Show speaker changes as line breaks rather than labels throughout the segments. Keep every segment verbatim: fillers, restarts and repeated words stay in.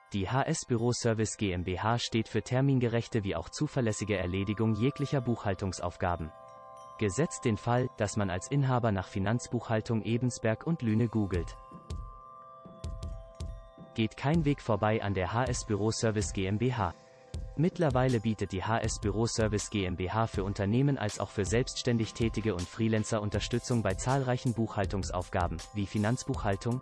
Die H S Büro Service GmbH steht für termingerechte wie auch zuverlässige Erledigung jeglicher Buchhaltungsaufgaben. Gesetzt den Fall, dass man als Inhaber nach Finanzbuchhaltung Ebensberg und Lüne googelt. Geht kein Weg vorbei an der H S Büro Service GmbH. Mittlerweile bietet die H S Büro Service GmbH für Unternehmen als auch für selbstständig Tätige und Freelancer Unterstützung bei zahlreichen Buchhaltungsaufgaben, wie Finanzbuchhaltung,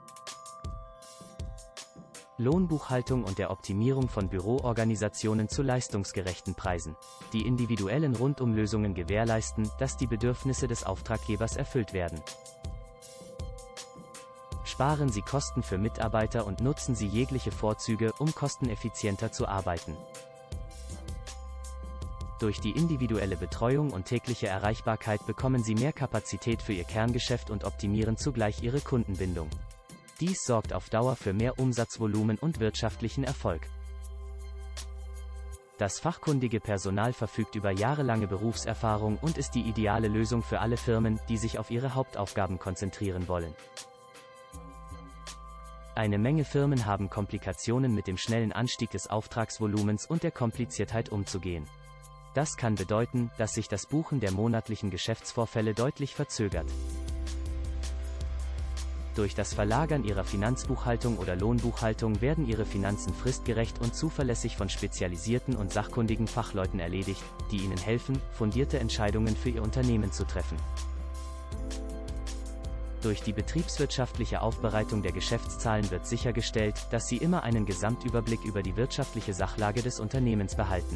Lohnbuchhaltung und der Optimierung von Büroorganisationen zu leistungsgerechten Preisen, die individuellen Rundumlösungen gewährleisten, dass die Bedürfnisse des Auftraggebers erfüllt werden. Sparen Sie Kosten für Mitarbeiter und nutzen Sie jegliche Vorzüge, um kosteneffizienter zu arbeiten. Durch die individuelle Betreuung und tägliche Erreichbarkeit bekommen Sie mehr Kapazität für Ihr Kerngeschäft und optimieren zugleich Ihre Kundenbindung. Dies sorgt auf Dauer für mehr Umsatzvolumen und wirtschaftlichen Erfolg. Das fachkundige Personal verfügt über jahrelange Berufserfahrung und ist die ideale Lösung für alle Firmen, die sich auf ihre Hauptaufgaben konzentrieren wollen. Eine Menge Firmen haben Komplikationen mit dem schnellen Anstieg des Auftragsvolumens und der Kompliziertheit umzugehen. Das kann bedeuten, dass sich das Buchen der monatlichen Geschäftsvorfälle deutlich verzögert. Durch das Verlagern Ihrer Finanzbuchhaltung oder Lohnbuchhaltung werden Ihre Finanzen fristgerecht und zuverlässig von spezialisierten und sachkundigen Fachleuten erledigt, die Ihnen helfen, fundierte Entscheidungen für Ihr Unternehmen zu treffen. Durch die betriebswirtschaftliche Aufbereitung der Geschäftszahlen wird sichergestellt, dass Sie immer einen Gesamtüberblick über die wirtschaftliche Sachlage des Unternehmens behalten.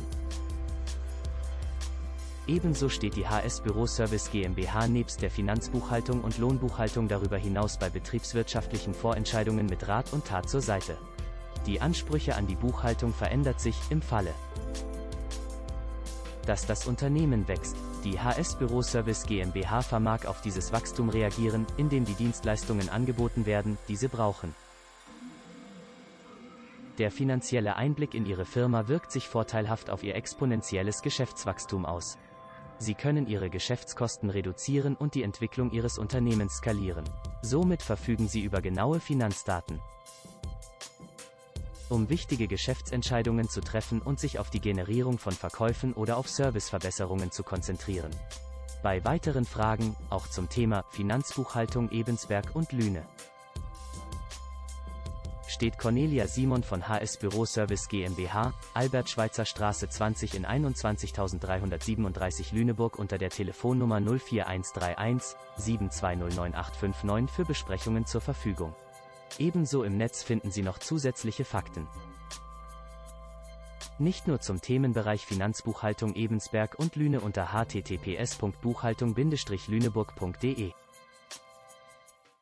Ebenso steht die H S Büro Service GmbH nebst der Finanzbuchhaltung und Lohnbuchhaltung darüber hinaus bei betriebswirtschaftlichen Vorentscheidungen mit Rat und Tat zur Seite. Die Ansprüche an die Buchhaltung verändert sich, im Falle, dass das Unternehmen wächst. Die H S Büro Service GmbH vermag auf dieses Wachstum reagieren, indem die Dienstleistungen angeboten werden, die Sie brauchen. Der finanzielle Einblick in Ihre Firma wirkt sich vorteilhaft auf Ihr exponentielles Geschäftswachstum aus. Sie können Ihre Geschäftskosten reduzieren und die Entwicklung Ihres Unternehmens skalieren. Somit verfügen Sie über genaue Finanzdaten, um wichtige Geschäftsentscheidungen zu treffen und sich auf die Generierung von Verkäufen oder auf Serviceverbesserungen zu konzentrieren. Bei weiteren Fragen, auch zum Thema Finanzbuchhaltung Ebensberg und Lüne, steht Cornelia Simon von H S Büro Service GmbH, Albert-Schweitzer-Straße zwanzig in einundzwanzigtausenddreihundertsiebenunddreißig Lüneburg unter der Telefonnummer null vier eins drei eins sieben zwei null neun acht fünf neun für Besprechungen zur Verfügung. Ebenso im Netz finden Sie noch zusätzliche Fakten. Nicht nur zum Themenbereich Finanzbuchhaltung Ebensberg und Lüne unter h t t p s punkt buchhaltung bindestrich lüneburg punkt d e.